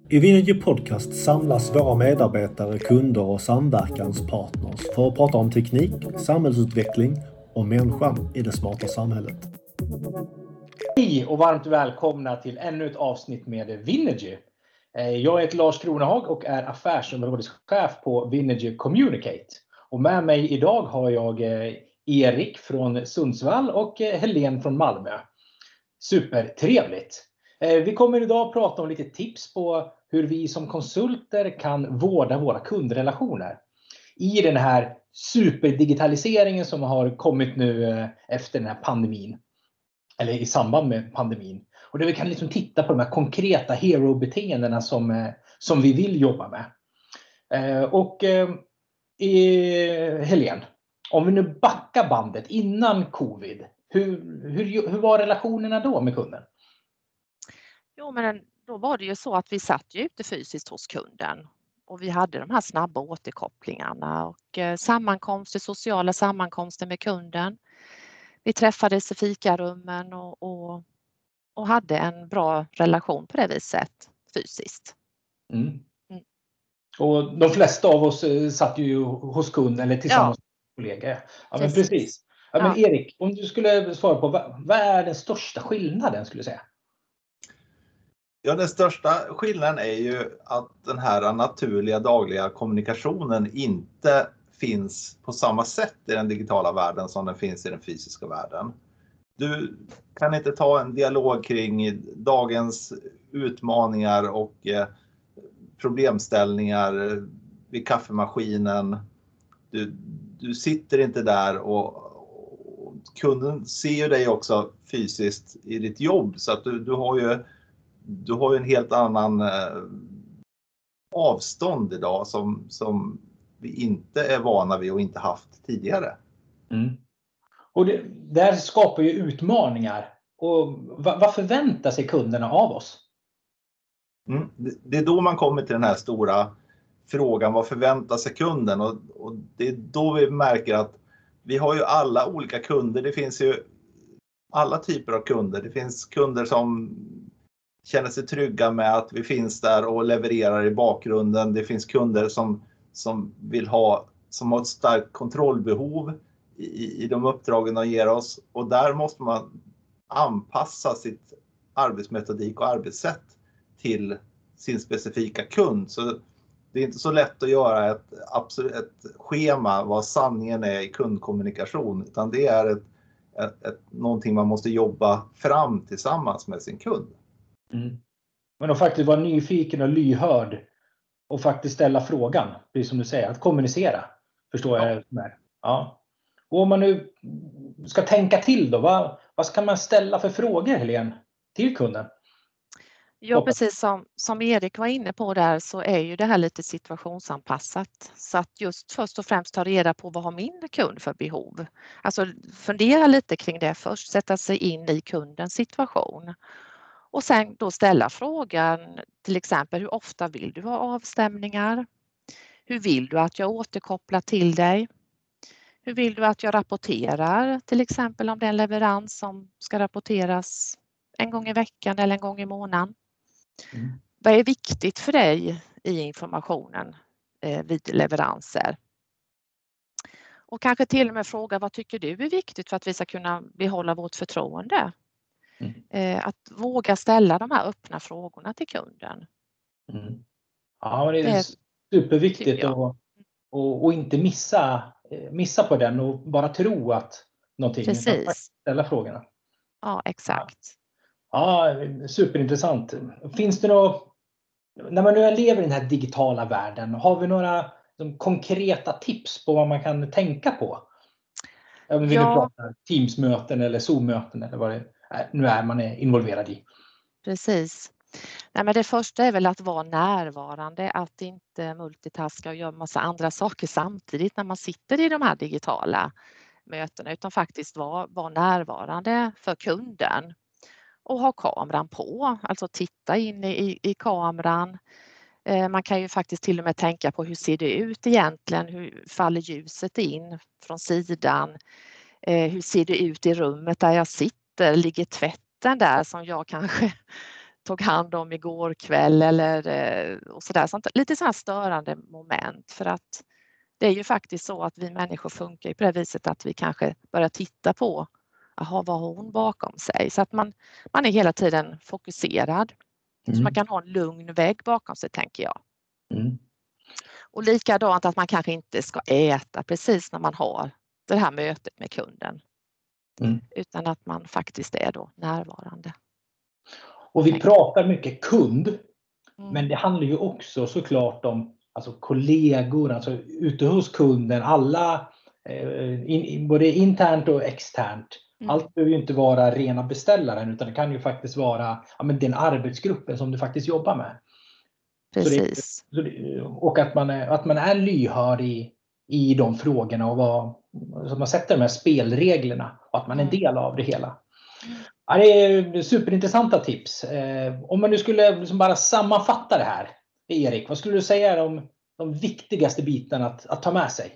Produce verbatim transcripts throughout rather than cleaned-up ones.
I Vinergy Podcast samlas våra medarbetare, kunder och samverkanspartners för att prata om teknik, samhällsutveckling och människan i det smarta samhället. Hej och varmt välkomna till ännu ett avsnitt med Vinergy. Jag heter Lars Kronehag och är affärsområdeschef på Vinergy Communicate. Och med mig idag har jag Erik från Sundsvall och Helene från Malmö. Supertrevligt! Vi kommer idag att prata om lite tips på hur vi som konsulter kan vårda våra kundrelationer i den här superdigitaliseringen som har kommit nu efter den här pandemin. Eller i samband med pandemin. Och där vi kan liksom titta på de här konkreta hero-beteendena som, som vi vill jobba med. Och eh, Helene, om vi nu backar bandet innan covid, hur, hur, hur var relationerna då med kunden? Jo, men då var det ju så att vi satt ju ute fysiskt hos kunden och vi hade de här snabba återkopplingarna och eh, sammankomster, sociala sammankomster med kunden. Vi träffades i fikarummen och, och, och hade en bra relation på det viset fysiskt. Mm. Mm. Och de flesta av oss satt ju hos kunden eller tillsammans ja. med kollegor. Ja, men precis. precis. Ja, men ja. Erik, om du skulle svara på vad, vad är den största skillnaden skulle du säga? Ja, den största skillnaden är ju att den här naturliga dagliga kommunikationen inte finns på samma sätt i den digitala världen som den finns i den fysiska världen. Du kan inte ta en dialog kring dagens utmaningar och problemställningar vid kaffemaskinen. Du, du sitter inte där och, och kunden ser ju dig också fysiskt i ditt jobb, så att du, du har ju Du har ju en helt annan eh, avstånd idag som, som vi inte är vana vid och inte haft tidigare. Mm. Och det, det här skapar ju utmaningar. Och vad, vad förväntar sig kunderna av oss? Mm. Det, det är då man kommer till den här stora frågan, vad förväntar sig kunden? Och, och det är då vi märker att vi har ju alla olika kunder. Det finns ju alla typer av kunder. Det finns kunder som känner sig trygga med att vi finns där och levererar i bakgrunden. Det finns kunder som, som vill ha, som har ett starkt kontrollbehov i, i de uppdragen de ger oss. Och där måste man anpassa sitt arbetsmetodik och arbetssätt till sin specifika kund. Så det är inte så lätt att göra ett, absolut, ett schema vad sanningen är i kundkommunikation. Utan det är ett, ett, ett, någonting man måste jobba fram tillsammans med sin kund. Mm. Men att faktiskt vara nyfiken och lyhörd och faktiskt ställa frågan, precis som du säger, att kommunicera, förstår jag det här. Ja. Och om man nu ska tänka till då, vad, vad ska man ställa för frågor, Helene, till kunden? Ja, precis som, som Erik var inne på där så är ju det här lite situationsanpassat. Så att just först och främst ta reda på vad har min kund för behov. Alltså fundera lite kring det först, sätta sig in i kundens situation. Och sen då ställa frågan till exempel, hur ofta vill du ha avstämningar? Hur vill du att jag återkopplar till dig? Hur vill du att jag rapporterar till exempel om den leverans som ska rapporteras en gång i veckan eller en gång i månaden? Mm. Vad är viktigt för dig i informationen eh, vid leveranser? Och kanske till och med fråga, vad tycker du är viktigt för att vi ska kunna behålla vårt förtroende? Mm. Att våga ställa de här öppna frågorna till kunden. Mm. Ja, men det är det superviktigt att och, och inte missa, missa på den och bara tro att någonting. Precis. Ställa frågorna. Ja, exakt. Ja, ja, superintressant. Finns det något, när man nu lever i den här digitala världen, har vi några de, konkreta tips på vad man kan tänka på? Om vi ja. nu pratar Teams-möten eller Zoom-möten eller vad det nu är man är involverad i. Precis. Nej, men det första är väl att vara närvarande, att inte multitaska och göra massa andra saker samtidigt när man sitter i de här digitala mötena, utan faktiskt vara, vara närvarande för kunden och ha kameran på, alltså titta in i, i kameran. Man kan ju faktiskt till och med tänka på hur ser det ut egentligen, hur faller ljuset in från sidan, hur ser det ut i rummet där jag sitter, ligger tvätten där som jag kanske tog hand om igår kväll eller eh, och sådär. Sånt, lite sådana störande moment, för att det är ju faktiskt så att vi människor funkar på det viset att vi kanske börjar titta på, jaha, vad har hon bakom sig? Så att man, man är hela tiden fokuserad. Mm. Så man kan ha en lugn vägg bakom sig, tänker jag. Mm. Och likadant att man kanske inte ska äta precis när man har det här mötet med kunden. Mm. Utan att man faktiskt är då närvarande. Och vi pratar mycket kund, mm. men det handlar ju också såklart om alltså kollegor, alltså ute hos kunden, alla, eh, in, både internt och externt. Mm. Allt behöver ju inte vara rena beställaren, utan det kan ju faktiskt vara ja, men den arbetsgruppen som du faktiskt jobbar med. Precis. Så det, så det, och att man är, att man är lyhörd i, i de frågorna och vad, så man sätter de här spelreglerna och att man är en del av det hela. Ja, det är superintressanta tips. Eh, om man nu skulle liksom bara sammanfatta det här, Erik, vad skulle du säga är de, de viktigaste bitarna att, att ta med sig?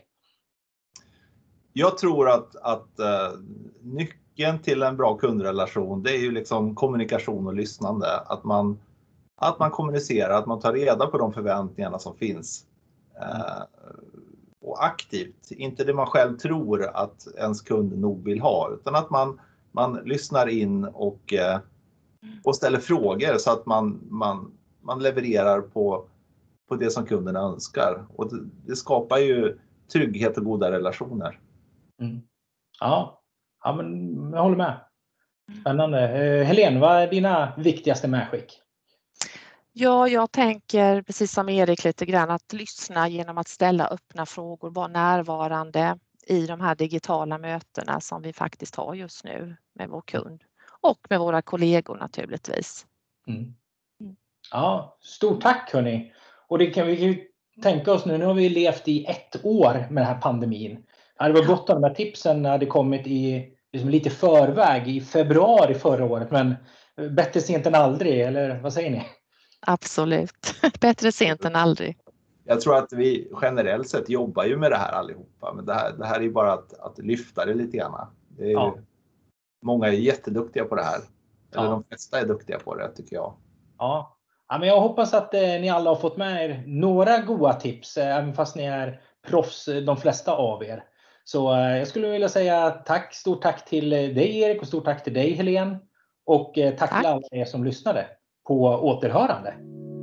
Jag tror att, att uh, nyckeln till en bra kundrelation, det är ju liksom kommunikation och lyssnande. Att man, att man kommunicerar, att man tar reda på de förväntningarna som finns. Uh, och aktivt, inte det man själv tror att ens kund nog vill ha, utan att man, man lyssnar in och, uh, och ställer frågor så att man, man, man levererar på, på det som kunden önskar. Och det, det skapar ju trygghet och goda relationer. Mm. Ja, ja, men jag håller med. Spännande. Eh, Helene, vad är dina viktigaste medskick? Ja, jag tänker precis som Erik lite grann att lyssna genom att ställa öppna frågor, vara närvarande i de här digitala mötena som vi faktiskt har just nu med vår kund och med våra kollegor naturligtvis. Mm. Mm. Ja, stort tack hörni. Och det kan vi ju tänka oss nu, nu har vi levt i ett år med den här pandemin. Det var gott att de här tipsen hade kommit i liksom lite förväg i februari förra året, men bättre sent än aldrig, eller vad säger ni? Absolut, bättre sent än aldrig. Jag tror att vi generellt sett jobbar ju med det här allihopa, men det här, det här är ju bara att, att lyfta det lite grann. Det är, ja. Många är jätteduktiga på det här, eller ja. De flesta är duktiga på det tycker jag. Ja, ja men jag hoppas att eh, ni alla har fått med er några goda tips, eh, även fast ni är proffs, de flesta av er. Så eh, jag skulle vilja säga tack, stort tack till dig Erik och stort tack till dig Helene. Och eh, tack, tack till alla er som lyssnade. På återhörande.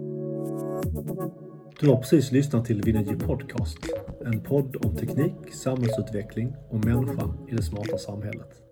Du har precis lyssnat till Vinergy Podcast. En podd om teknik, samhällsutveckling och människan i det smarta samhället.